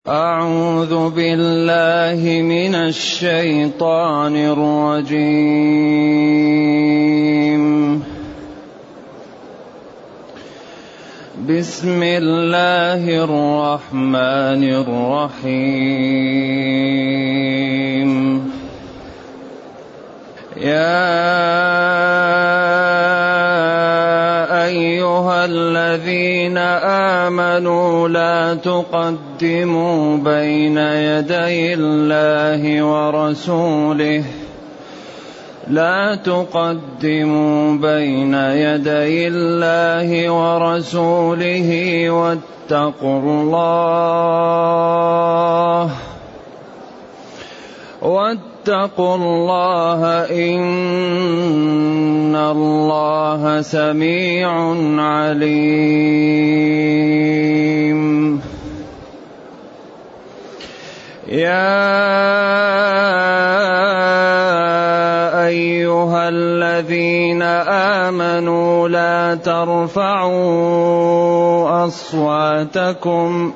أعوذ بالله من الشيطان الرجيم. بسم الله الرحمن الرحيم. يا أيها الذين آمنوا لا تقدموا بين يدي الله ورسوله واتقوا الله إن الله سميع عليم. يا أيها الذين آمنوا لا ترفعوا أصواتكم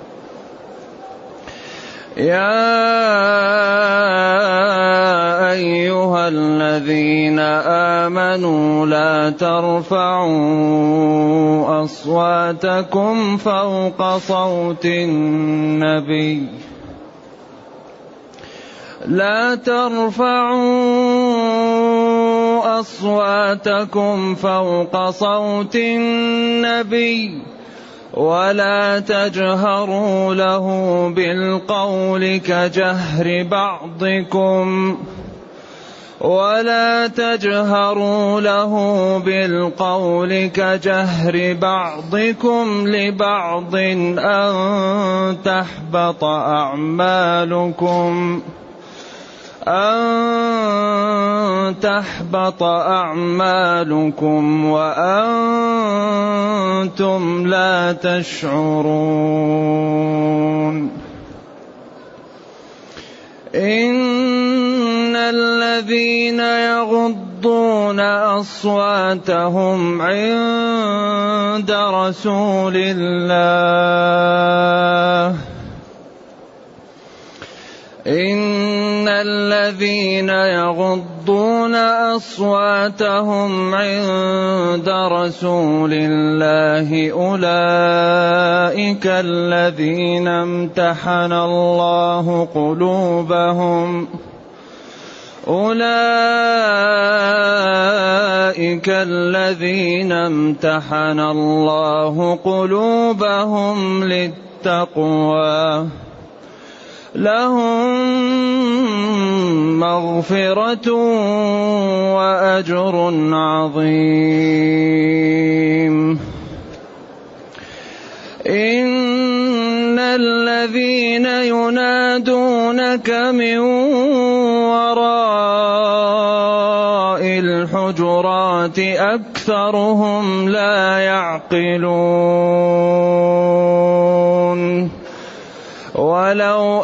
فوق صوت النبي ولا تجهروا له بالقول كجهر بعضكم لبعض أن تحبط أعمالكم وأنتم لا تشعرون. إن الذين يغضون أصواتهم عند رسول الله أولئك الذين امتحن الله قلوبهم للتقوى لهم مغفرة وأجر عظيم. إن الذين ينادونك من وراء الحجرات أكثرهم لا يعقلون. ولو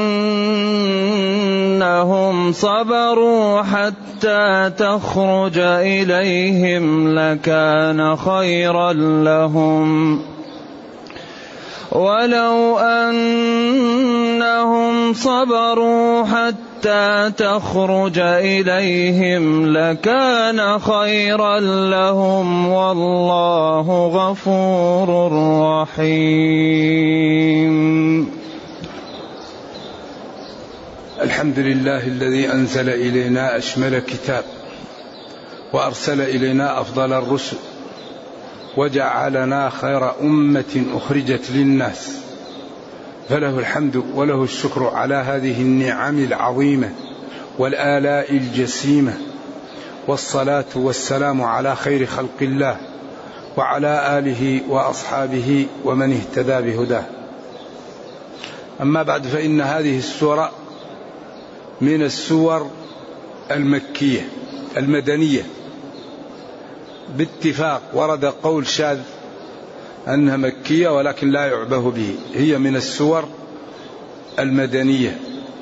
أنهم صبروا حتى تخرج إليهم لكان خيرا لهم والله غفور رحيم. الحمد لله الذي أنزل إلينا أشمل كتاب وأرسل إلينا أفضل الرسل وجعلنا خير أمة أخرجت للناس، فله الحمد وله الشكر على هذه النعم العظيمة والآلاء الجسيمة، والصلاة والسلام على خير خلق الله وعلى آله وأصحابه ومن اهتدى بهداه. أما بعد، فإن هذه السورة من السور المكية المدنية باتفاق. ورد قول شاذ أنها مكية ولكن لا يعبه به، هي من السور المدنية،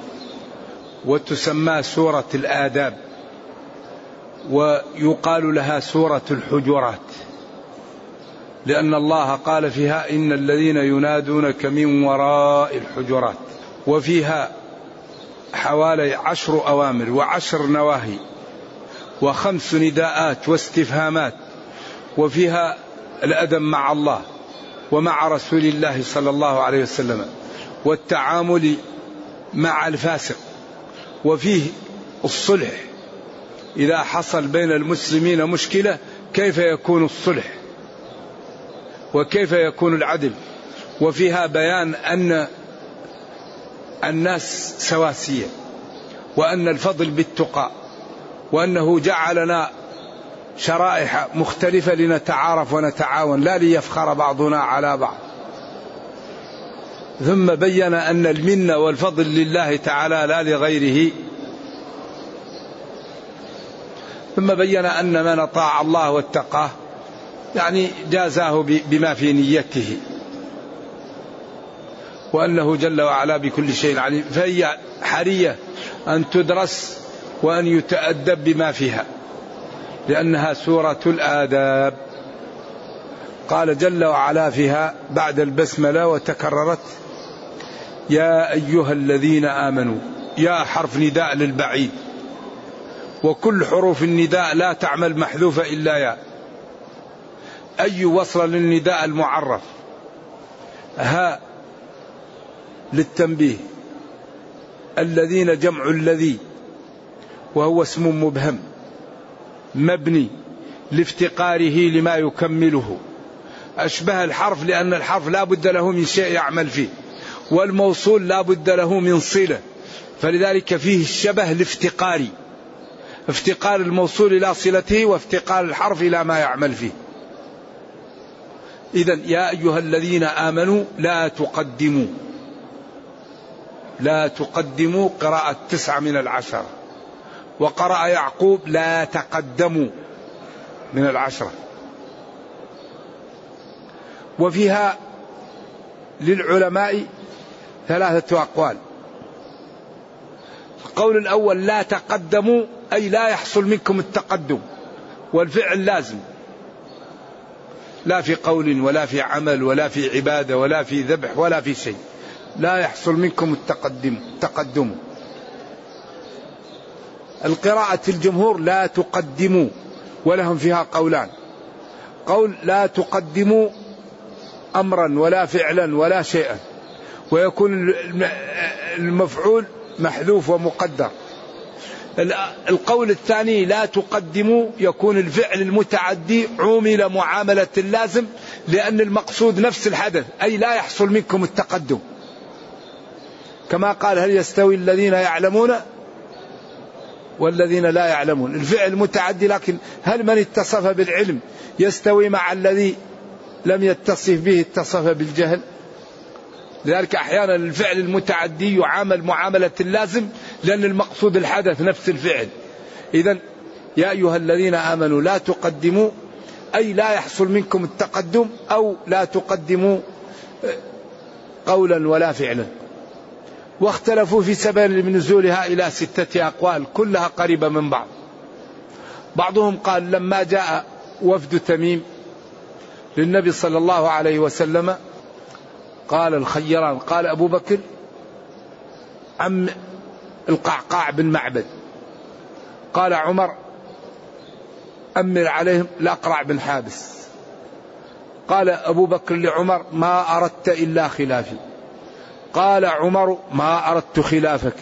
وتسمى سورة الآداب، ويقال لها سورة الحجرات، لأن الله قال فيها إن الذين ينادونك من وراء الحجرات، وفيها حوالي 10 أوامر و10 نواهي و5 نداءات واستفهامات، وفيها الأدب مع الله ومع رسول الله صلى الله عليه وسلم والتعامل مع الفاسق، وفيه الصلح إذا حصل بين المسلمين مشكلة كيف يكون الصلح وكيف يكون العدل، وفيها بيان أن الناس سواسية وأن الفضل بالتقى، وأنه جعلنا شرائح مختلفة لنتعارف ونتعاون لا ليفخر بعضنا على بعض. ثم بين أن المنة والفضل لله تعالى لا لغيره. ثم بين أن من أطاع الله واتقاه يعني جازاه بما في نيته، وأنه جل وعلا بكل شيء عليم. فهي حرية أن تدرس وأن يتأدب بما فيها، لأنها سورة الآداب. قال جل وعلا فيها بعد البسملة وتكررت: يا أيها الذين آمنوا. يا حرف نداء للبعيد، وكل حروف النداء لا تعمل محذوفة إلا يا. أي وصل للنداء المعرف، ها للتنبيه، الذين جمع الذي وهو اسم مبهم مبني لافتقاره لما يكمله، أشبه الحرف لأن الحرف لا بد له من شيء يعمل فيه، والموصول لا بد له من صلة، فلذلك فيه الشبه الافتقاري، افتقار الموصول إلى صلته وافتقار الحرف إلى ما يعمل فيه. إذن يا أيها الذين آمنوا لا تقدموا قراءة 9 من 10، وقرأ يعقوب لا تقدموا من 10. وفيها للعلماء 3 أقوال. القول الأول لا تقدموا أي لا يحصل منكم التقدم، والفعل لازم، لا في قول ولا في عمل ولا في عبادة ولا في ذبح ولا في شيء، لا يحصل منكم التقدم. القراءة الجمهور لا تقدموا، ولهم فيها قولان: قول لا تقدموا أمرا ولا فعلا ولا شيئا، ويكون المفعول محذوف ومقدر. القول الثاني لا تقدموا يكون الفعل المتعدي عومل معاملة اللازم، لأن المقصود نفس الحدث، أي لا يحصل منكم التقدم. كما قال: هل يستوي الذين يعلمون والذين لا يعلمون. الفعل متعدي، لكن هل من اتصف بالعلم يستوي مع الذي لم يتصف به اتصف بالجهل؟ لذلك أحيانا الفعل المتعدي يعامل معاملة اللازم، لأن المقصود الحدث نفس الفعل. إذن يا أيها الذين آمنوا لا تقدموا أي لا يحصل منكم التقدم، أو لا تقدموا قولا ولا فعلا. واختلفوا في سبب نزولها إلى 6 أقوال كلها قريبة من بعض. بعضهم قال لما جاء وفد تميم للنبي صلى الله عليه وسلم قال الخيران، قال أبو بكر عم القعقاع بن معبد، قال عمر أمر عليهم الأقرع بن حابس، قال أبو بكر لعمر ما أردت إلا خلافي، قال عمر ما أردت خلافك.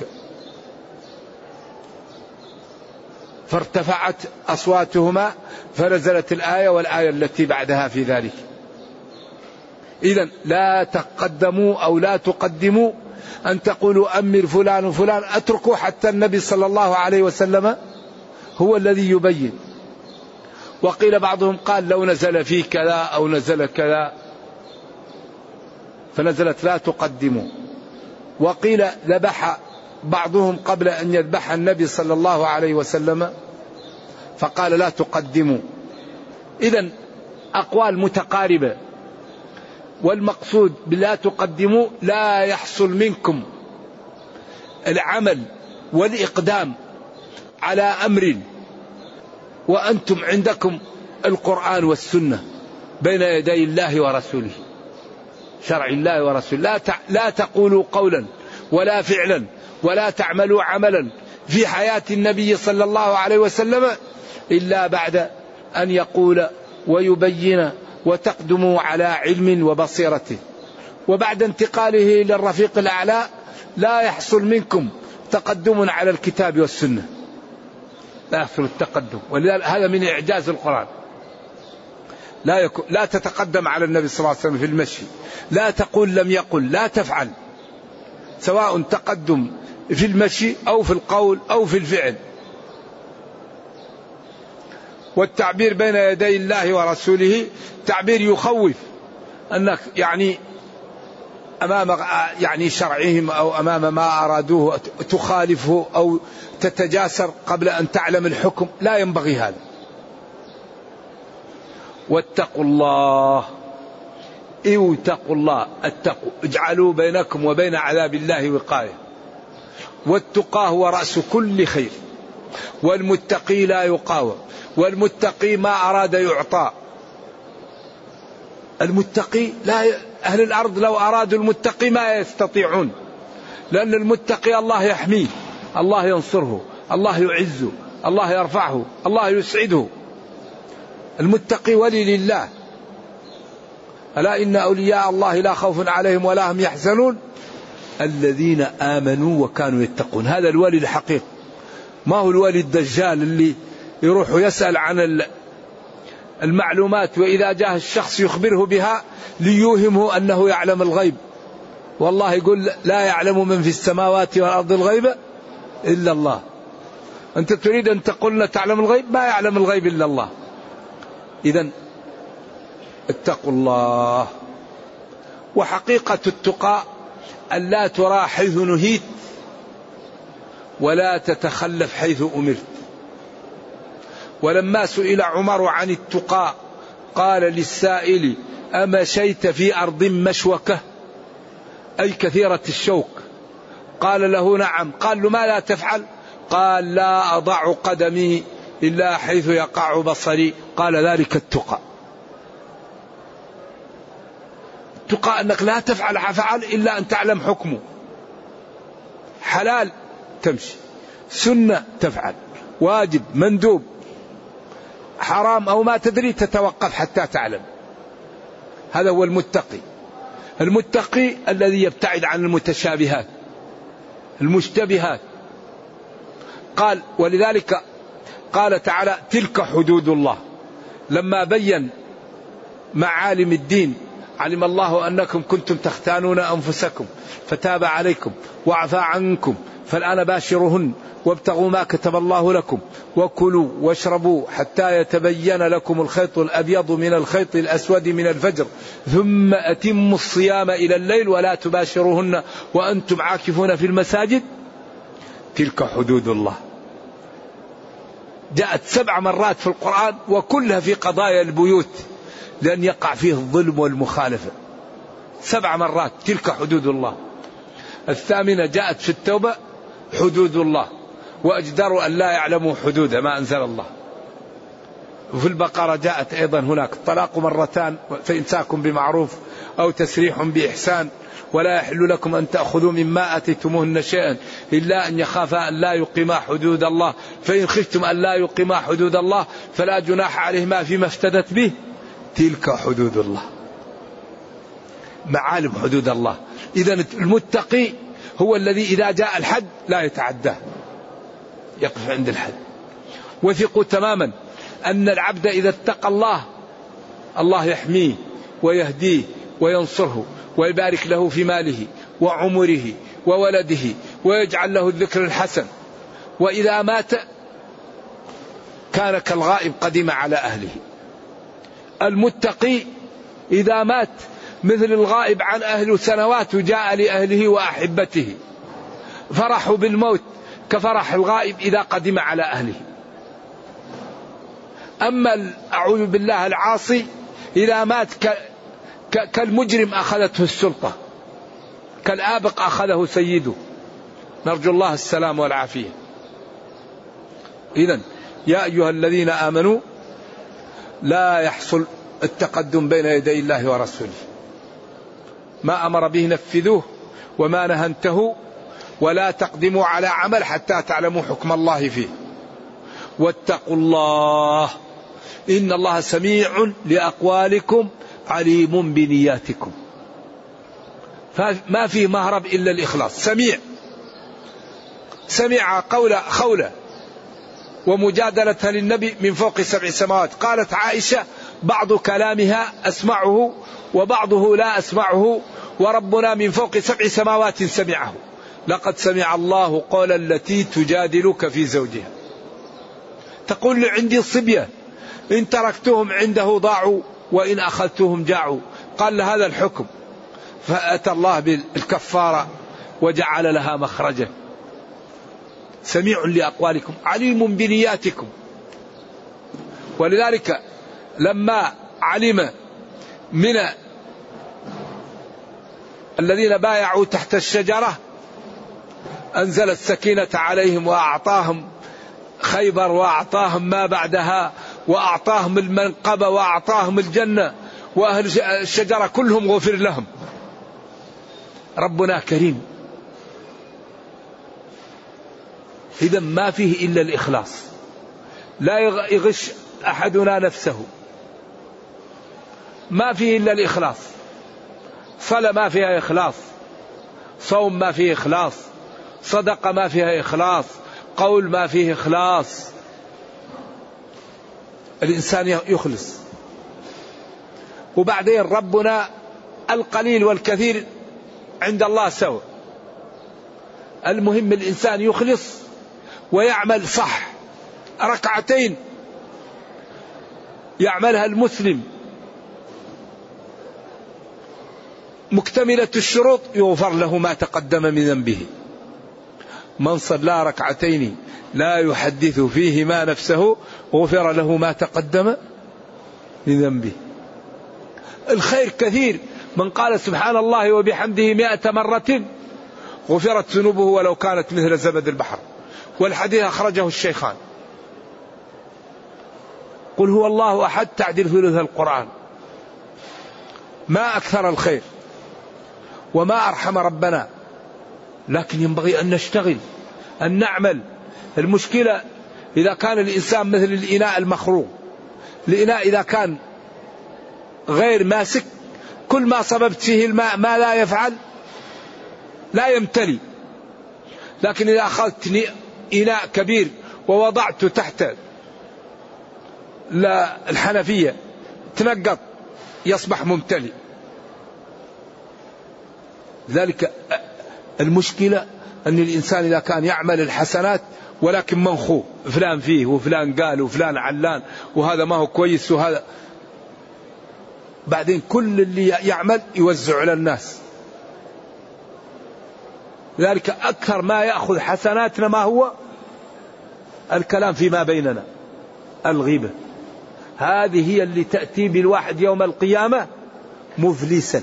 فارتفعت أصواتهما فنزلت الآية والآية التي بعدها في ذلك. إذن لا تقدموا أو لا تقدموا أن تقولوا أمر فلان وفلان، أتركوا حتى النبي صلى الله عليه وسلم هو الذي يبين. وقيل بعضهم قال لو نزل فيه كذا أو نزل كذا فنزلت لا تقدموا. وقيل ذبح بعضهم قبل أن يذبح النبي صلى الله عليه وسلم فقال لا تقدموا. إذن أقوال متقاربة، والمقصود بلا تقدموا لا يحصل منكم العمل والإقدام على أمر وأنتم عندكم القرآن والسنة بين يدي الله ورسوله، شرع الله ورسوله. لا تقولوا قولا ولا فعلا ولا تعملوا عملا في حياة النبي صلى الله عليه وسلم إلا بعد أن يقول ويبين وتقدموا على علم وبصيرة، وبعد انتقاله للرفيق الأعلى لا يحصل منكم تقدم على الكتاب والسنة، لا يحصل التقدم. ولذلك هذا من إعجاز القرآن. لا تتقدم على النبي صلى الله عليه وسلم في المشي، لا تقول لم يقل، لا تفعل، سواء تقدم في المشي أو في القول أو في الفعل. والتعبير بين يدي الله ورسوله تعبير يخوف، أنك يعني أمام يعني شرعهم أو أمام ما أرادوه تخالفه أو تتجاسر قبل أن تعلم الحكم، لا ينبغي هذا. واتقوا الله، اتقوا الله، اتقوا، اجعلوا بينكم وبين عذاب الله وقاية. والتقى هو رأس كل خير، والمتقي لا يقاوم، والمتقي ما أراد يعطى. المتقي لا أهل الأرض لو أرادوا المتقي ما يستطيعون، لأن المتقي الله يحميه، الله ينصره، الله يعزه، الله يرفعه، الله يسعده. المتقي ولي لله. ألا إن أولياء الله لا خوف عليهم ولا هم يحزنون الذين آمنوا وكانوا يتقون. هذا الولي الحقيقي، ما هو الولي الدجال اللي يروح يسأل عن المعلومات وإذا جاء الشخص يخبره بها ليوهمه أنه يعلم الغيب، والله يقول لا يعلم من في السماوات والأرض الغيب إلا الله. أنت تريد أن تقول لا تعلم الغيب؟ ما يعلم الغيب إلا الله. إذن اتقوا الله. وحقيقة التقى أن لا ترى حيث نهيت ولا تتخلف حيث أمرت. ولما سئل عمر عن التقى قال للسائل أمشيت في أرض مشوكة أي كثيرة الشوك؟ قال له نعم. قال له ما لا تفعل؟ قال لا أضع قدمي إلا حيث يقع بصري. قال ذلك التقى. التقى أنك لا تفعل أفعال إلا أن تعلم حكمه، حلال تمشي، سنة تفعل، واجب مندوب حرام أو ما تدري تتوقف حتى تعلم. هذا هو المتقي. المتقي الذي يبتعد عن المتشابهات المشتبهات. قال ولذلك قال تعالى تلك حدود الله. لما بين معالم الدين علم الله أنكم كنتم تختانون أنفسكم فتاب عليكم وعفى عنكم فالآن باشرهن وابتغوا ما كتب الله لكم وكلوا واشربوا حتى يتبين لكم الخيط الأبيض من الخيط الأسود من الفجر ثم أتموا الصيام إلى الليل ولا تباشرهن وأنتم عاكفون في المساجد تلك حدود الله. جاءت 7 مرات في القرآن وكلها في قضايا البيوت لأن يقع فيه الظلم والمخالفة. 7 مرات تلك حدود الله. 8 جاءت في التوبة حدود الله وأجدروا أن لا يعلموا حدود ما أنزل الله. وفي البقرة جاءت أيضا هناك الطلاق 2 مرات فإمساكم بمعروف أو تسريح بإحسان ولا يحل لكم أن تأخذوا مما آتيتموهن شيئا إلا أن يخافا أن لا يقيما حدود الله فإن خفتم أن لا يقيما حدود الله فلا جناح عليهما فيما افتدت به تلك حدود الله. معالم حدود الله. إذن المتقي هو الذي إذا جاء الحد لا يتعداه، يقف عند الحد. وثقوا تماما أن العبد إذا اتقى الله الله يحميه ويهديه وينصره ويبارك له في ماله وعمره وولده ويجعل له الذكر الحسن، وإذا مات كان كالغائب قدم على أهله. المتقي إذا مات مثل الغائب عن أهله سنوات وجاء لأهله وأحبته، فرحوا بالموت كفرح الغائب إذا قدم على أهله. أما أعوذ بالله العاصي إذا مات كالمجرم أخذته السلطة، كالآبق أخذه سيده، نرجو الله السلام والعافية. إذن يا أيها الذين آمنوا لا يحصل التقدم بين يدي الله ورسوله. ما أمر به نفذوه، وما نهى ولا تقدموا على عمل حتى تعلموا حكم الله فيه. واتقوا الله إن الله سميع لأقوالكم عليم بنياتكم. فما فيه مهرب إلا الإخلاص. سمع قول خولة ومجادلتها للنبي من فوق 7 سماوات. قالت عائشة: بعض كلامها أسمعه وبعضه لا أسمعه، وربنا من فوق 7 سماوات سمعه. لقد سمع الله قول التي تجادلك في زوجها. تقول لي: عندي صبية إن تركتهم عنده ضاعوا وإن أخذتهم جاعوا. قال: هذا الحكم. فأتى الله بالكفارة وجعل لها مخرجا. سميع لأقوالكم عليم بنياتكم. ولذلك لما علم من الذين بايعوا تحت الشجرة أنزل السكينة عليهم وأعطاهم خيبر وأعطاهم ما بعدها وأعطاهم المنقبة وأعطاهم الجنة، وأهل الشجرة كلهم غفر لهم. ربنا كريم. إذا ما فيه إلا الإخلاص. لا يغش أحدنا نفسه. ما فيه إلا الإخلاص. صلاة ما فيها إخلاص، صوم ما فيه إخلاص، صدقة ما فيها إخلاص، قول ما فيه إخلاص. الإنسان يخلص. وبعدين ربنا القليل والكثير عند الله سواء. المهم الإنسان يخلص ويعمل صح. 2 ركعتين يعملها المسلم مكتملة الشروط يغفر له ما تقدم من ذنبه. من صلى 2 ركعتين لا يحدث فيهما نفسه غفر له ما تقدم من ذنبه. الخير كثير. من قال سبحان الله وبحمده 100 مرة غفرت ذنوبه ولو كانت مثل زبد البحر. والحديث أخرجه الشيخان. قل هو الله أحد تعدل ثلث القرآن. ما أكثر الخير وما أرحم ربنا. لكن ينبغي أن نشتغل، أن نعمل. المشكلة إذا كان الإنسان مثل الإناء المخروم. الإناء إذا كان غير ماسك كل ما صببت فيه الماء ما لا يفعل لا يمتلي. لكن إذا أخذت إناء كبير ووضعته تحت الحنفية تنقط يصبح ممتلئ. ذلك المشكلة أن الإنسان إذا كان يعمل الحسنات ولكن منخو، فلان فيه وفلان قال وفلان علان وهذا ما هو كويس وهذا، بعدين كل اللي يعمل يوزع على الناس. ذلك أكثر ما يأخذ حسناتنا ما هو الكلام فيما بيننا، الغيبة. هذه هي اللي تأتي بالواحد يوم القيامة مفلسا.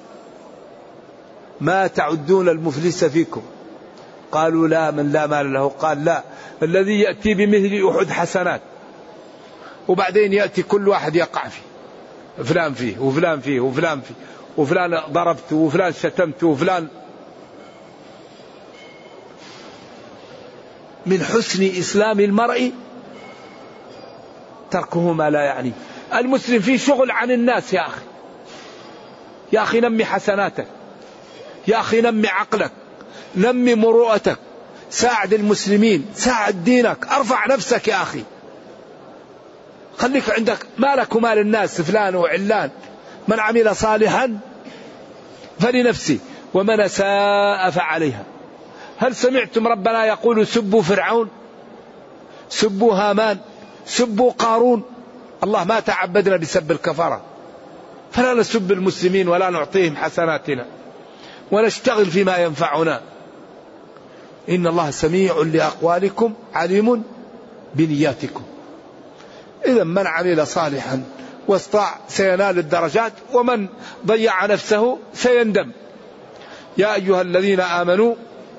ما تعدون المفلس فيكم؟ قالوا لا، من لا مال له. قال لا، الذي يأتي بمثل أحد حسنات وبعدين يأتي كل واحد يقع فيه. فلان فيه وفلان فيه وفلان فيه وفلان ضربته وفلان شتمته وفلان. من حسن إسلام المرء تركه ما لا يعني. المسلم فيه شغل عن الناس. يا أخي، يا أخي نمي حسناتك، يا أخي نمي عقلك، نمي مروءتك، ساعد المسلمين، ساعد دينك، ارفع نفسك يا أخي. خليك عندك مالك ومال الناس فلان وعلان. من عمل صالحا فلنفسه ومن أساء فعليها. هل سمعتم ربنا يقول سبوا فرعون، سبوا هامان، سبوا قارون؟ الله ما تعبدنا بسب الكفرة. فلا نسب المسلمين ولا نعطيهم حسناتنا ونشتغل فيما ينفعنا. إن الله سميع لأقوالكم عليم بنياتكم. إذا من عمل صالحا واستطاع سينال الدرجات، ومن ضيع نفسه سيندم. يا أيها الذين آمنوا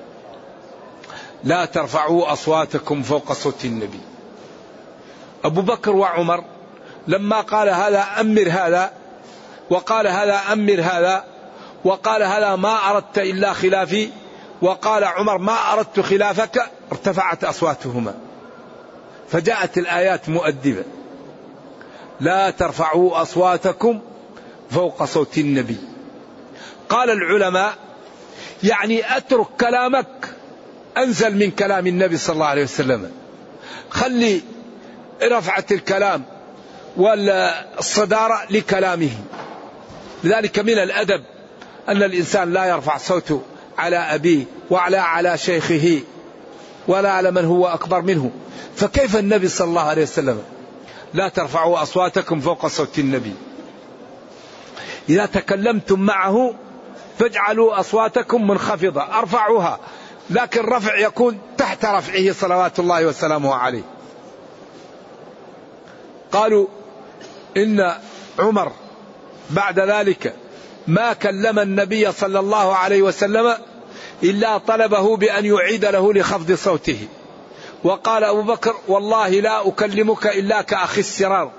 لا ترفعوا أصواتكم فوق صوت النبي. أبو بكر وعمر لما قال هذا أمر هذا، وقال هذا أمر هذا، وقال هذا ما أردت إلا خلافي، وقال عمر ما أردت خلافك، ارتفعت أصواتهما. فجاءت الآيات مؤدبة: لا ترفعوا أصواتكم فوق صوت النبي. قال العلماء يعني أترك كلامك أنزل من كلام النبي صلى الله عليه وسلم، خلي رفعة الكلام والصدارة لكلامه. لذلك من الأدب أن الإنسان لا يرفع صوته على أبيه ولا على شيخه ولا على من هو أكبر منه. فكيف النبي صلى الله عليه وسلم؟ لا ترفعوا أصواتكم فوق صوت النبي. إذا تكلمتم معه فاجعلوا أصواتكم منخفضة، أرفعوها، لكن رفع يكون تحت رفعه صلوات الله وسلامه عليه. قالوا إن عمر بعد ذلك ما كلم النبي صلى الله عليه وسلم إلا طلبه بأن يعيد له لخفض صوته. وقال أبو بكر: والله لا أكلمك إلا كأخي السرار.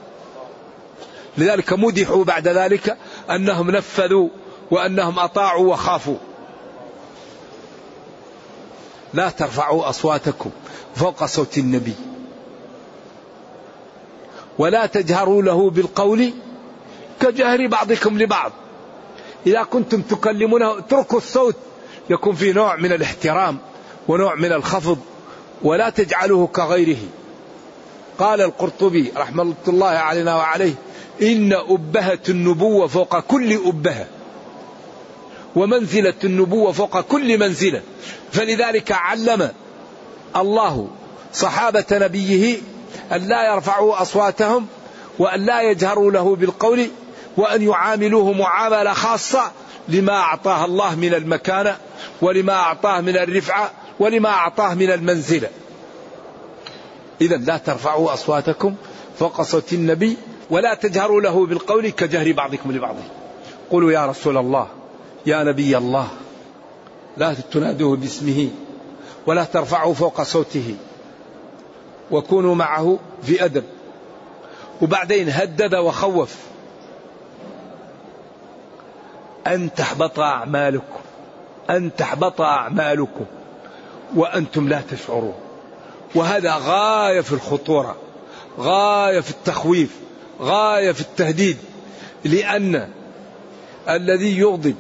لذلك مدحوا بعد ذلك أنهم نفذوا وأنهم أطاعوا وخافوا. لا ترفعوا أصواتكم فوق صوت النبي ولا تجهروا له بالقول كجهر بعضكم لبعض. إذا كنتم تكلمونه اتركوا الصوت، يكون فيه نوع من الاحترام ونوع من الخفض، ولا تجعلوه كغيره. قال القرطبي رحمة الله علينا وعليه: إن أبهة النبوة فوق كل أبهة، ومنزلة النبوة فوق كل منزلة. فلذلك علم الله صحابة نبيه أن لا يرفعوا أصواتهم وأن لا يجهروا له بالقول، وأن يعاملوه معاملة خاصة لما أعطاه الله من المكانة ولما أعطاه من الرفعة ولما أعطاه من المنزلة. إذن لا ترفعوا أصواتكم فوق صوت النبي ولا تجهروا له بالقول كجهر بعضكم لبعض. قولوا يا رسول الله، يا نبي الله، لا تنادوه باسمه ولا ترفعوا فوق صوته، وكونوا معه في أدب. وبعدين هدد وخوف: أن تحبط أعمالكم، أن تحبط أعمالكم وأنتم لا تشعرون. وهذا غاية في الخطورة، غاية في التخويف، غاية في التهديد. لأن الذي يغضب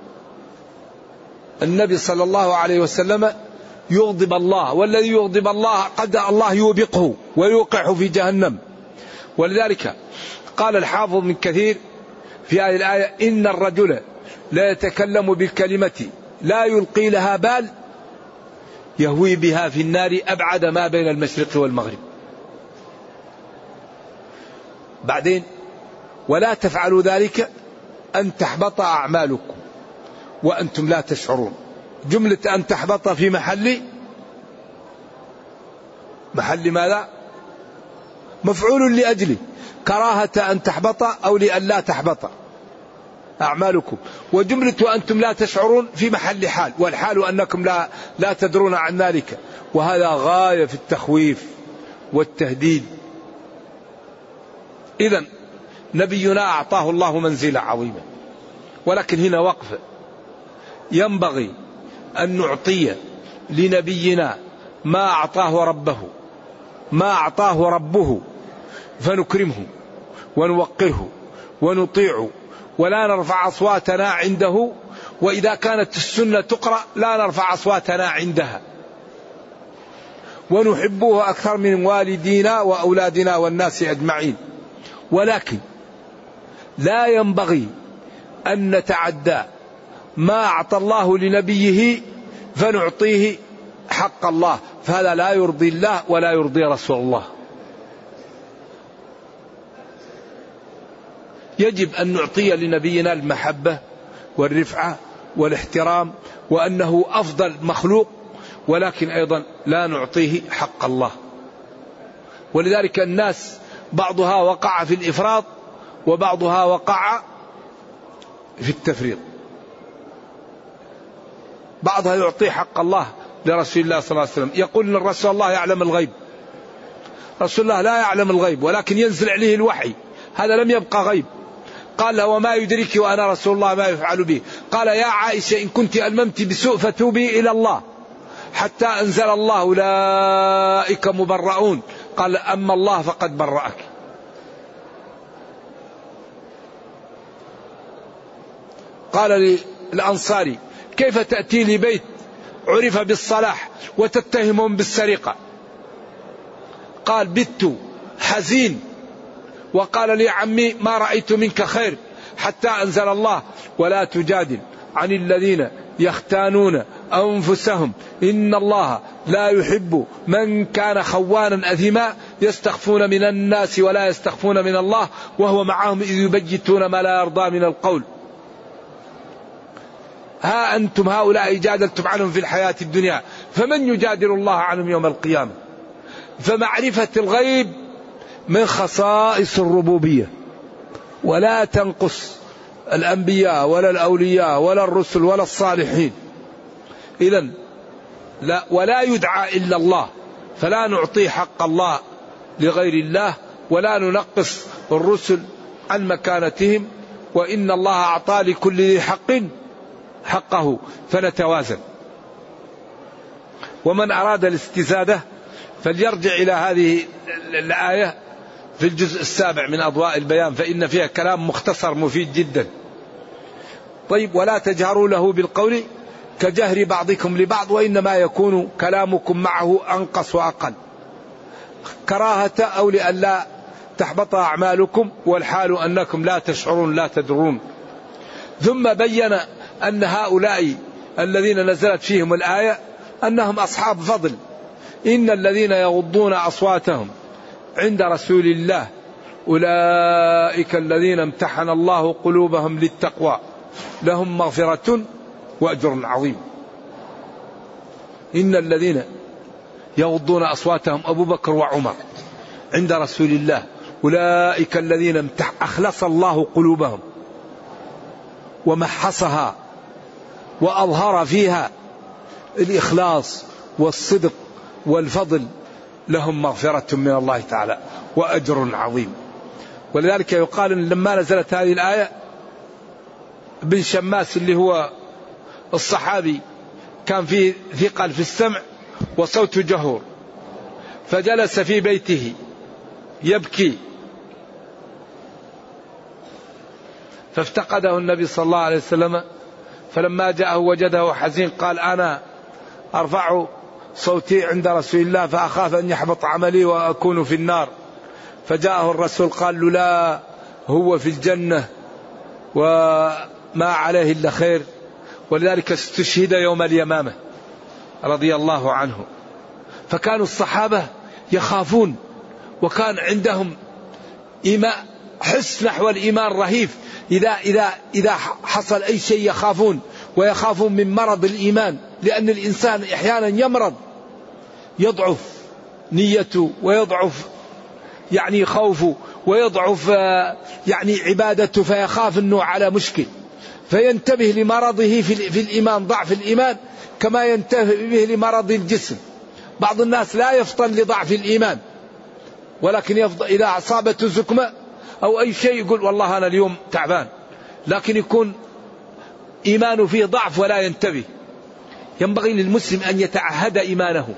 النبي صلى الله عليه وسلم يغضب الله، والذي يغضب الله قد الله يوبقه ويوقعه في جهنم. ولذلك قال الحافظ من كثير في هذه الآية: إن الرجل لا يتكلم بالكلمة لا يلقي لها بال يهوي بها في النار أبعد ما بين المشرق والمغرب. بعدين: ولا تفعلوا ذلك أن تحبط أعمالكم وأنتم لا تشعرون. جملة أن تحبط في محل ماذا؟ مفعول لأجله، كراهة أن تحبط أو لأن لا تحبط أعمالكم. وجملة أنتم لا تشعرون في محل حال، والحال أنكم لا تدرون عن ذلك. وهذا غاية في التخويف والتهديد. إذن نبينا أعطاه الله منزلة عظيمة، ولكن هنا وقفة. ينبغي أن نعطي لنبينا ما أعطاه ربه فنكرمه ونوقره ونطيعه، ولا نرفع أصواتنا عنده. وإذا كانت السنة تقرأ لا نرفع أصواتنا عندها. ونحبه أكثر من والدينا وأولادنا والناس أجمعين. ولكن لا ينبغي أن نتعدى ما أعطى الله لنبيه فنعطيه حق الله، فهذا لا يرضي الله ولا يرضي رسول الله. يجب أن نعطي لنبينا المحبة والرفعة والاحترام، وأنه أفضل مخلوق، ولكن أيضا لا نعطيه حق الله. ولذلك الناس بعضها وقع في الإفراط وبعضها وقع في التفريط. بعضها يعطي حق الله لرسول الله صلى الله عليه وسلم، يقول إن الرسول الله يعلم الغيب، رسول الله لا يعلم الغيب ولكن ينزل عليه الوحي، هذا لم يبقى غيب. قال له وما يدرك وأنا رسول الله ما يفعل به. قال يا عائشة إن كنت ألممت بسوء فتوبي إلى الله، حتى أنزل الله أولئك مبرؤون. قال أما الله فقد برأك. قال للأنصاري كيف تأتي لبيت عرف بالصلاح وتتهمهم بالسرقة؟ قال بت حزين، وقال لي عمي ما رأيت منك خير، حتى أنزل الله ولا تجادل عن الذين يختانون أنفسهم إن الله لا يحب من كان خوانا أثما يستخفون من الناس ولا يستخفون من الله وهو معهم إذ يبجتون ما لا يرضى من القول. ها أنتم هؤلاء جادلتم عنهم في الحياة الدنيا فمن يجادل الله عنهم يوم القيامة؟ فمعرفة الغيب من خصائص الربوبية، ولا تنقص الأنبياء ولا الأولياء ولا الرسل ولا الصالحين. إذن لا ولا يدعى إلا الله، فلا نعطي حق الله لغير الله ولا ننقص الرسل عن مكانتهم، وإن الله أعطى لكل ذي حق حقه فنتوازن. ومن أراد الاستزادة فليرجع إلى هذه الآية في الجزء 7 من أضواء البيان، فإن فيها كلام مختصر مفيد جدا. طيب ولا تجهروا له بالقول كجهر بعضكم لبعض وإنما يكون كلامكم معه أنقص وأقل، كراهة أو لئلا تحبط أعمالكم والحال أنكم لا تشعرون لا تدرون. ثم بين أن هؤلاء الذين نزلت فيهم الآية أنهم أصحاب فضل. إن الذين يغضون أصواتهم عند رسول الله أولئك الذين امتحن الله قلوبهم للتقوى لهم مغفرة وأجر عظيم. إن الذين يغضون أصواتهم أبو بكر وعمر عند رسول الله أولئك الذين أخلص الله قلوبهم ومحصها وأظهر فيها الإخلاص والصدق والفضل لهم مغفرة من الله تعالى وأجر عظيم. ولذلك يقال إن لما نزلت هذه الآية بن شماس اللي هو الصحابي كان فيه ثقل في السمع وصوت جهور، فجلس في بيته يبكي، فافتقده النبي صلى الله عليه وسلم، فلما جاءه وجده حزين قال أنا أرفع صوتي عند رسول الله فأخاف أن يحبط عملي وأكون في النار. فجاءه الرسول قال له لا هو في الجنة وما عليه إلا خير. ولذلك استشهد يوم اليمامة رضي الله عنه. فكانوا الصحابة يخافون وكان عندهم حس نحو الإيمان رهيف. إذا حصل أي شيء يخافون، ويخافون من مرض الإيمان، لأن الإنسان أحيانا يمرض يضعف نيته ويضعف خوفه ويضعف عبادته، فيخاف أنه على مشكل فينتبه لمرضه في الإيمان، ضعف الإيمان، كما ينتبه لمرض الجسم. بعض الناس لا يفطن لضعف الإيمان، ولكن إذا أصابته زكمة أو أي شيء يقول والله أنا اليوم تعبان، لكن يكون إيمانه فيه ضعف ولا ينتبه. ينبغي للمسلم أن يتعهد إيمانه،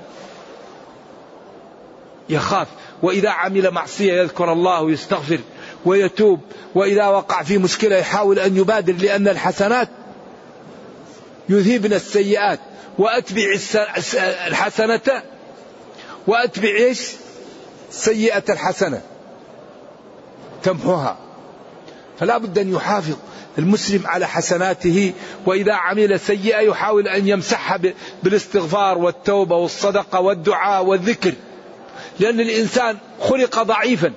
يخاف، وإذا عمل معصية يذكر الله ويستغفر ويتوب، وإذا وقع في مشكلة يحاول أن يبادر، لأن الحسنات يذهبن السيئات، وأتبع الحسنة وأتبع سيئة الحسنة تمحوها. فلا بد أن يحافظ المسلم على حسناته، وإذا عمل سيئة يحاول أن يمسحها بالاستغفار والتوبة والصدقة والدعاء والذكر، لأن الإنسان خلق ضعيفا،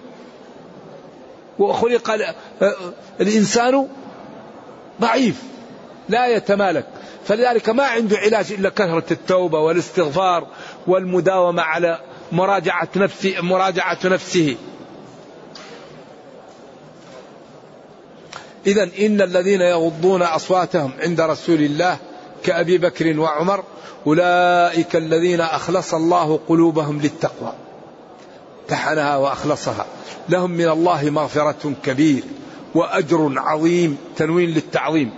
وخلق الإنسان ضعيف لا يتمالك، فلذلك ما عنده علاج إلا كثرة التوبة والاستغفار والمداومة على مراجعة نفسه. إذن إن الذين يغضون أصواتهم عند رسول الله كأبي بكر وعمر أولئك الذين أخلص الله قلوبهم للتقوى. امتحنها وأخلصها. لهم من الله مغفرة كبير وأجر عظيم، تنوين للتعظيم.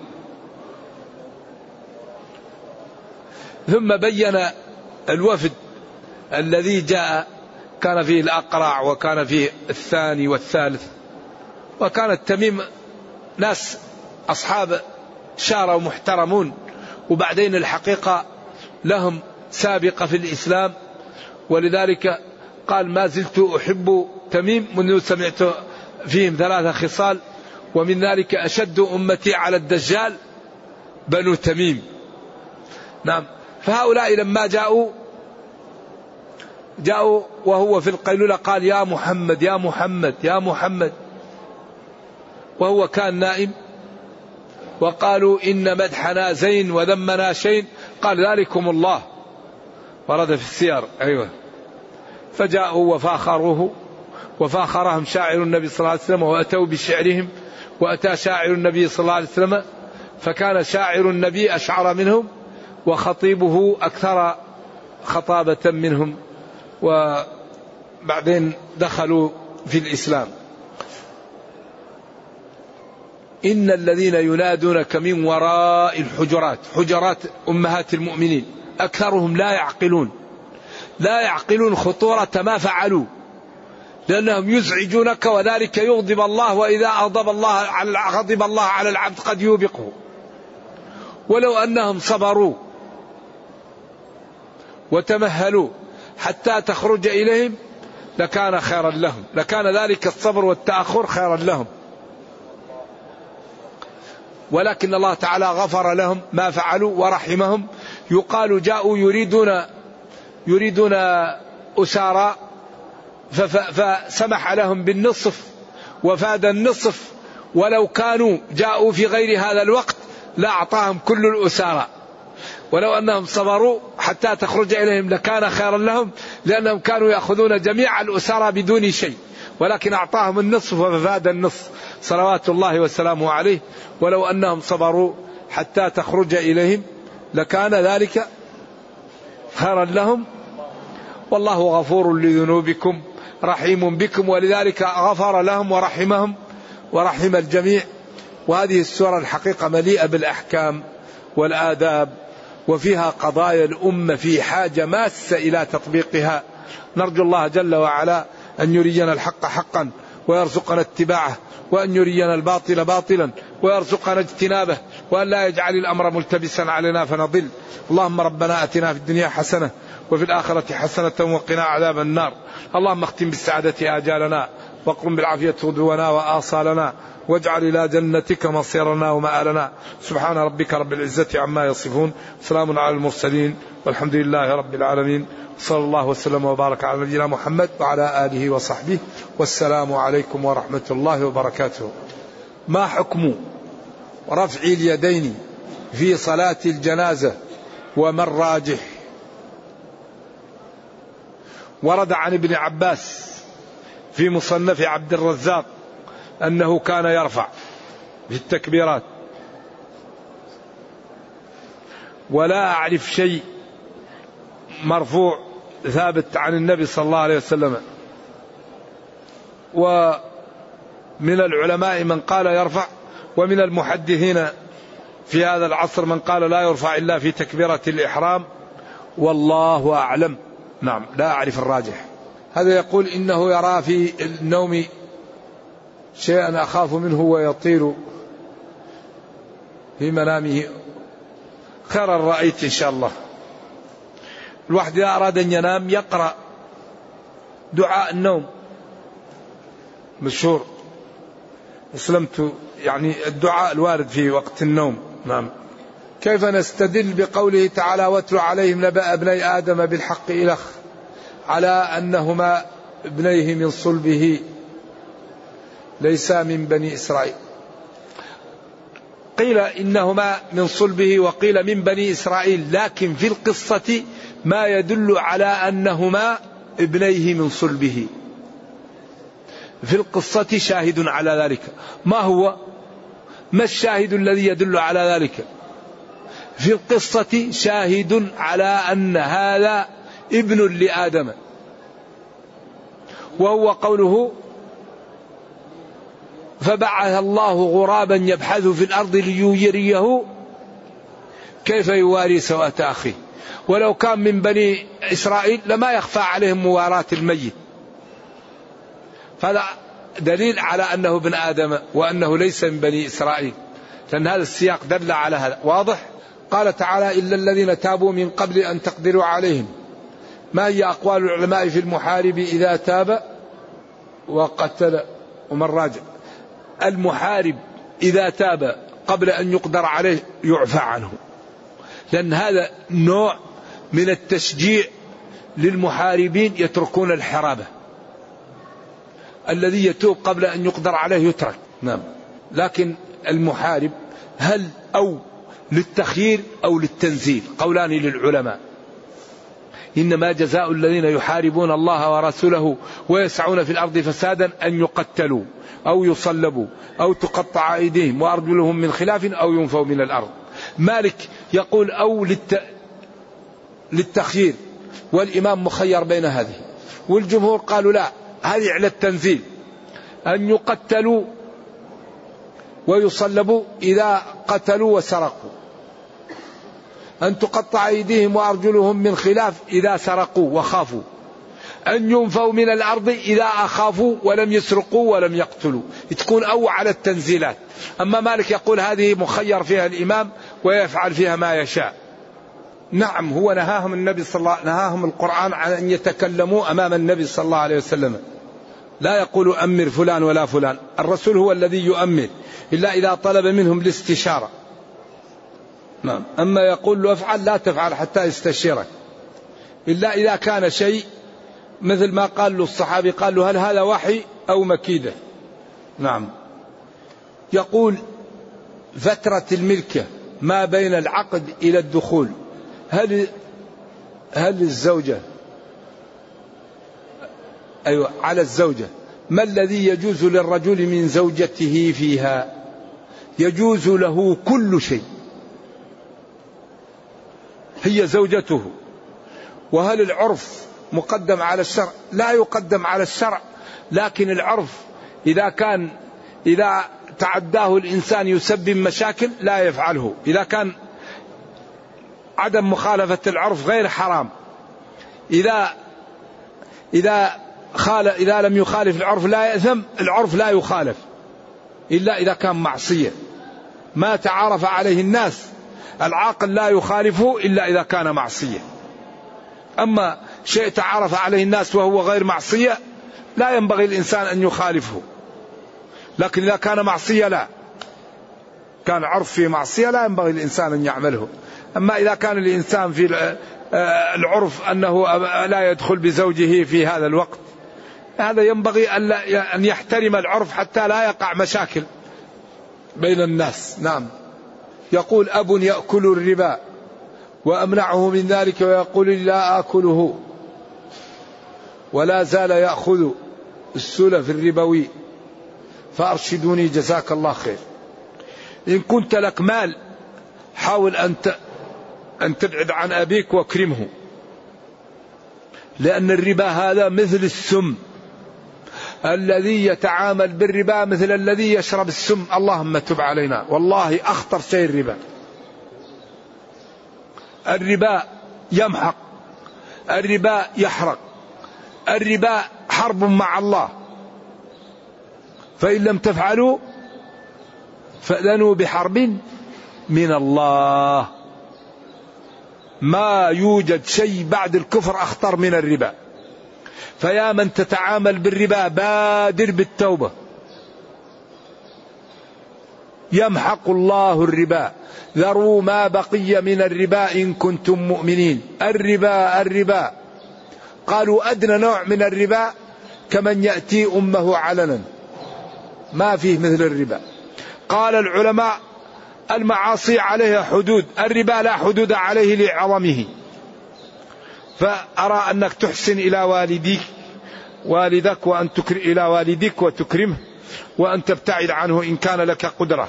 ثم بين الوفد الذي جاء، كان فيه الأقرع وكان فيه الثاني والثالث، وكانت تميم ناس أصحاب شارة ومحترمون، وبعدين الحقيقة لهم سابقة في الإسلام، ولذلك قال ما زلت أحب تميم منذ سمعت فيهم 3 خصال، ومن ذلك أشد أمتي على الدجال بنو تميم. نعم. فهؤلاء لما جاءوا وهو في القيلولة قال يا محمد يا محمد يا محمد، وهو كان نائم، وقالوا إن مدحنا زين وذمنا شين، قال ذلكم الله، ورد في السير. أيوة. فجاءوا وفاخروه وفاخرهم شاعر النبي صلى الله عليه وسلم، وأتوا بشعرهم، وأتى شاعر النبي صلى الله عليه وسلم، فكان شاعر النبي أشعر منهم، وخطيبه أكثر خطابة منهم، وبعدين دخلوا في الإسلام. إن الذين ينادونك من وراء الحجرات، حجرات أمهات المؤمنين، أكثرهم لا يعقلون خطورة ما فعلوا، لأنهم يزعجونك، وذلك يغضب الله، وإذا غضب الله على العبد قد يوبقه. ولو أنهم صبروا وتمهلوا حتى تخرج إليهم لكان خيرا لهم، لكان ذلك الصبر والتأخر خيرا لهم، ولكن الله تعالى غفر لهم ما فعلوا ورحمهم. يقال جاءوا يريدون أسارى، فسمح لهم بالنصف وفاد النصف، ولو كانوا جاءوا في غير هذا الوقت لأعطاهم كل الأسارى، ولو أنهم صبروا حتى تخرج إليهم لكان خيرا لهم، لأنهم كانوا يأخذون جميع الأسارى بدون شيء، ولكن أعطاهم النصف وفاد النصف صلوات الله وسلامه عليه. ولو أنهم صبروا حتى تخرج إليهم لكان ذلك خيرا لهم، والله غفور لذنوبكم رحيم بكم، ولذلك غفر لهم ورحمهم ورحم الجميع. وهذه السورة الحقيقة مليئة بالأحكام والآداب، وفيها قضايا الأمة في حاجة ماسة إلى تطبيقها. نرجو الله جل وعلا أن يرينا الحق حقا ويرزقنا اتباعه، وأن يرينا الباطل باطلا ويرزقنا اجتنابه، وأن لا يجعل الأمر ملتبسا علينا فنضل. اللهم ربنا أتنا في الدنيا حسنة وفي الآخرة حسنة وقنا عذاب النار. اللهم اختم بالسعادة آجالنا، واقرم بالعافية غدونا وآصالنا، واجعل إلى جنتك مصيرنا ومآلنا. سبحان ربك رب العزة عما يصفون، سلام على المرسلين، والحمد لله رب العالمين. صلى الله وسلم وبارك على نبينا محمد وعلى آله وصحبه، والسلام عليكم ورحمة الله وبركاته. ما حكم رفع اليدين في صلاة الجنازة وما الراجح؟ ورد عن ابن عباس في مصنف عبد الرزاق أنه كان يرفع في التكبيرات، ولا أعرف شيء مرفوع ثابت عن النبي صلى الله عليه وسلم. ومن العلماء من قال يرفع، ومن المحدثين في هذا العصر من قال لا يرفع إلا في تكبيرة الإحرام، والله أعلم. نعم، لا أعرف الراجح. هذا يقول إنه يرى في النوم شيئا أخاف منه ويطير في منامه. خيرا رأيت إن شاء الله. الواحد إذا أراد أن ينام يقرأ دعاء النوم مشهور، أسلمت، يعني الدعاء الوارد في وقت النوم. نعم. كيف نستدل بقوله تعالى واتل عليهم نبأ ابني آدم بالحق إلخ على أنهما ابنيه من صلبه ليس من بني إسرائيل؟ قيل إنهما من صلبه وقيل من بني إسرائيل، لكن في القصة ما يدل على أنهما ابنيه من صلبه. في القصة شاهد على ذلك. ما هو؟ ما الشاهد الذي يدل على ذلك؟ في القصة شاهد على أن هذا ابن لآدم، وهو قوله فبعث الله غرابا يبحث في الأرض ليريه كيف يواري سوءة أخيه. ولو كان من بني إسرائيل لما يخفى عليهم مواراة الميت، فهذا دليل على أنه ابن آدم وأنه ليس من بني إسرائيل، لأن هذا السياق دل على هذا. واضح؟ قال تعالى إلا الذين تابوا من قبل أن تقدروا عليهم. ما هي أقوال العلماء في المحارب إذا تاب وقتل؟ ومن راجع المحارب إذا تاب قبل أن يقدر عليه يعفى عنه، لأن هذا نوع من التشجيع للمحاربين يتركون الحرابة. الذي يتوب قبل أن يقدر عليه يترك. نعم. لكن المحارب هل أو للتخيير أو للتنزيل؟ قولان للعلماء. إنما جزاء الذين يحاربون الله ورسوله ويسعون في الأرض فسادا أن يقتلوا أو يصلبوا أو تقطع أيديهم وأرجلهم من خلاف أو ينفوا من الأرض. مالك يقول أو للتخيير، والإمام مخير بين هذه، والجمهور قالوا لا، هذه على التنزيل، أن يقتلوا ويصلبوا إذا قتلوا وسرقوا، أن تقطع أيديهم وأرجلهم من خلاف إذا سرقوا وخافوا، أن ينفوا من الأرض إذا أخافوا ولم يسرقوا ولم يقتلوا. تكون أو على التنزيلات. أما مالك يقول هذه مخير فيها الإمام ويفعل فيها ما يشاء. نعم، هو نهاهم النبي نهاهم القرآن عن أن يتكلموا أمام النبي صلى الله عليه وسلم. لا يقول أمر فلان ولا فلان، الرسول هو الذي يؤمر إلا إذا طلب منهم الاستشارة. نعم. أما يقول له افعل لا تفعل حتى يستشيرك، إلا إذا كان شيء مثل ما قال له الصحابي، قال له هل هذا وحي أو مكيدة. نعم. يقول فترة الملكة ما بين العقد إلى الدخول، هل الزوجة على الزوجة ما الذي يجوز للرجل من زوجته فيها؟ يجوز له كل شيء، هي زوجته. وهل العرف مقدم على الشرع؟ لا يقدم على الشرع، لكن العرف إذا تعداه الإنسان يسبب مشاكل لا يفعله. إذا كان عدم مخالفة العرف غير حرام، إذا لم يخالف العرف لا يأثم، العرف لا يخالف إلا إذا كان معصية. ما تعارف عليه الناس العاقل لا يخالفه إلا إذا كان معصية. أما شيء تعارف عليه الناس وهو غير معصية لا ينبغي الإنسان أن يخالفه، لكن إذا كان معصية لا، كان عرف في معصية لا ينبغي الإنسان أن يعمله. أما إذا كان الإنسان في العرف أنه لا يدخل بزوجه في هذا الوقت، هذا ينبغي أن يحترم العرف حتى لا يقع مشاكل بين الناس. نعم. يقول أب يأكل الربا وأمنعه من ذلك ويقول لا آكله ولا زال يأخذ السلف الربوي، فأرشدوني جزاك الله خير. إن كنت لك مال حاول أن تبعد عن أبيك واكرمه، لأن الربا هذا مثل السم، الذي يتعامل بالربا مثل الذي يشرب السم. اللهم تب علينا، والله أخطر شيء الربا. الربا يمحق، الربا يحرق، الربا حرب مع الله، فإن لم تفعلوا فأذنوا بحرب من الله. ما يوجد شيء بعد الكفر أخطر من الربا، فيا من تتعامل بالربا بادر بالتوبة. يمحق الله الربا، ذروا ما بقي من الربا إن كنتم مؤمنين. الربا قالوا أدنى نوع من الربا كمن يأتي أمه علنا، ما فيه مثل الربا. قال العلماء المعاصي عليها حدود، الربا لا حدود عليه لعظمه. فأرى أنك تحسن إلى والدك وأن إلى والدك وتكرمه، وأن تبتعد عنه إن كان لك قدرة،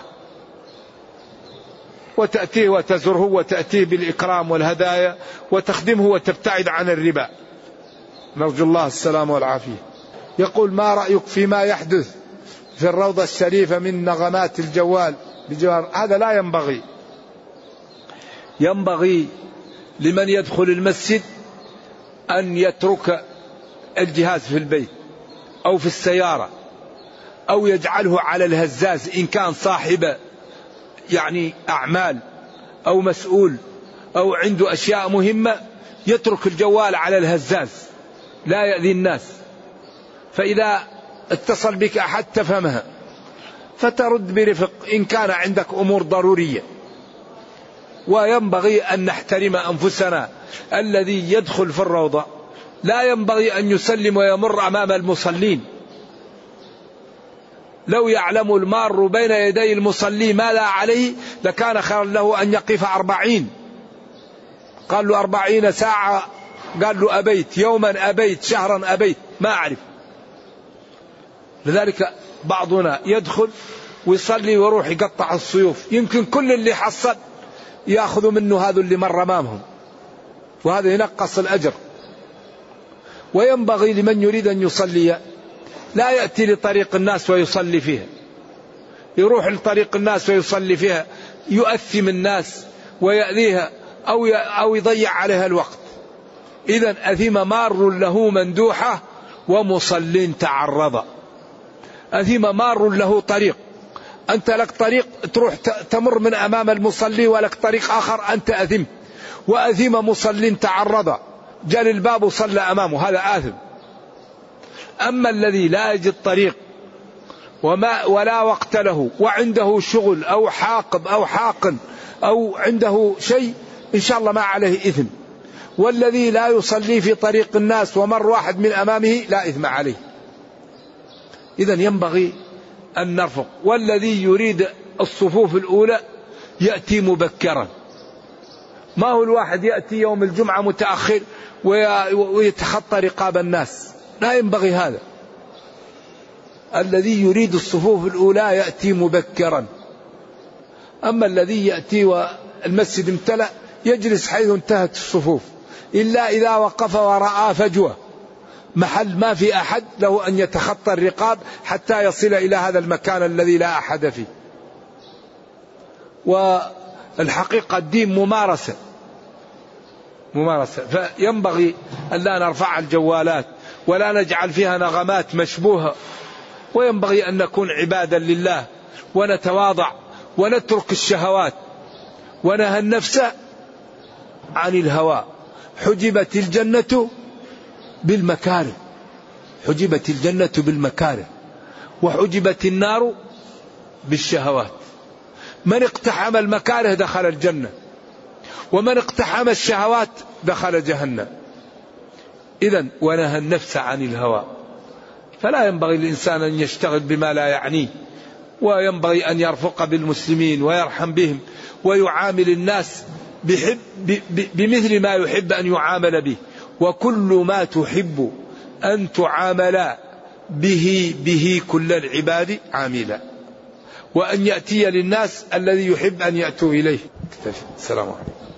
وتأتيه وتزره وتأتيه بالإكرام والهدايا وتخدمه وتبتعد عن الربا. نرجو الله السلام والعافية. يقول ما رأيك فيما يحدث في الروضة الشريفة من نغمات الجوال بجوار؟ هذا لا ينبغي. ينبغي لمن يدخل المسجد أن يترك الجهاز في البيت أو في السيارة أو يجعله على الهزاز إن كان صاحب يعني أعمال أو مسؤول أو عنده أشياء مهمة، يترك الجوال على الهزاز لا يأذي الناس. فإذا اتصل بك أحد تفهمها فترد برفق إن كان عندك أمور ضرورية. وينبغي أن نحترم أنفسنا. الذي يدخل في الروضة لا ينبغي أن يسلم ويمر أمام المصلين. لو يعلم المار بين يدي المصلي ما لا عليه لكان خيرا له أن يقف 40. قال له 40 ساعة، قال له أبيت، يوما أبيت، شهرا أبيت، ما أعرف. لذلك بعضنا يدخل ويصلي ويروح يقطع السيوف، يمكن كل اللي حصل يأخذ منه هذا اللي مر أمامهم، وهذا ينقص الأجر. وينبغي لمن يريد أن يصلي لا يأتي لطريق الناس ويصلي فيها، يروح لطريق الناس ويصلي فيها يؤثم الناس ويأذيها أو يضيع عليها الوقت. إذن أثم مار له مندوحة ومصل تعرض. أثم مار له طريق، أنت لك طريق تروح تمر من أمام المصلي، ولك طريق آخر أنت أثمت. وأثم مصل تعرض، جل الباب وصلى أمامه، هذا آثم. أما الذي لا يجد طريق ولا وقت له وعنده شغل أو حاقب أو حاقن أو عنده شيء، إن شاء الله ما عليه إثم. والذي لا يصلي في طريق الناس ومر واحد من أمامه لا إثم عليه. إذن ينبغي أن نرفق. والذي يريد الصفوف الأولى يأتي مبكرا. ما هو الواحد يأتي يوم الجمعة متأخر ويتخطى رقاب الناس، لا ينبغي هذا. الذي يريد الصفوف الأولى يأتي مبكرا. أما الذي يأتي والمسجد امتلأ يجلس حيث انتهت الصفوف، إلا إذا وقف ورأى فجوة محل ما في أحد له أن يتخطى الرقاب حتى يصل إلى هذا المكان الذي لا أحد فيه. والحقيقة الدين ممارسة، فينبغي أن لا نرفع الجوالات ولا نجعل فيها نغمات مشبوهة. وينبغي أن نكون عبادا لله ونتواضع ونترك الشهوات ونهى النفس عن الهوى. حجبت الجنة بالمكاره، حجبت الجنة بالمكاره، وحجبت النار بالشهوات. من اقتحم المكاره دخل الجنة، ومن اقتحم الشهوات دخل جهنم. إذن ونهى النفس عن الهوى. فلا ينبغي الإنسان أن يشتغل بما لا يعنيه، وينبغي أن يرفق بالمسلمين ويرحم بهم ويعامل الناس بمثل ما يحب أن يعامل به. وكل ما تحب أن تعامل به كل العباد عاملا، وأن يأتي للناس الذي يحب أن يأتوا إليه. السلام عليكم.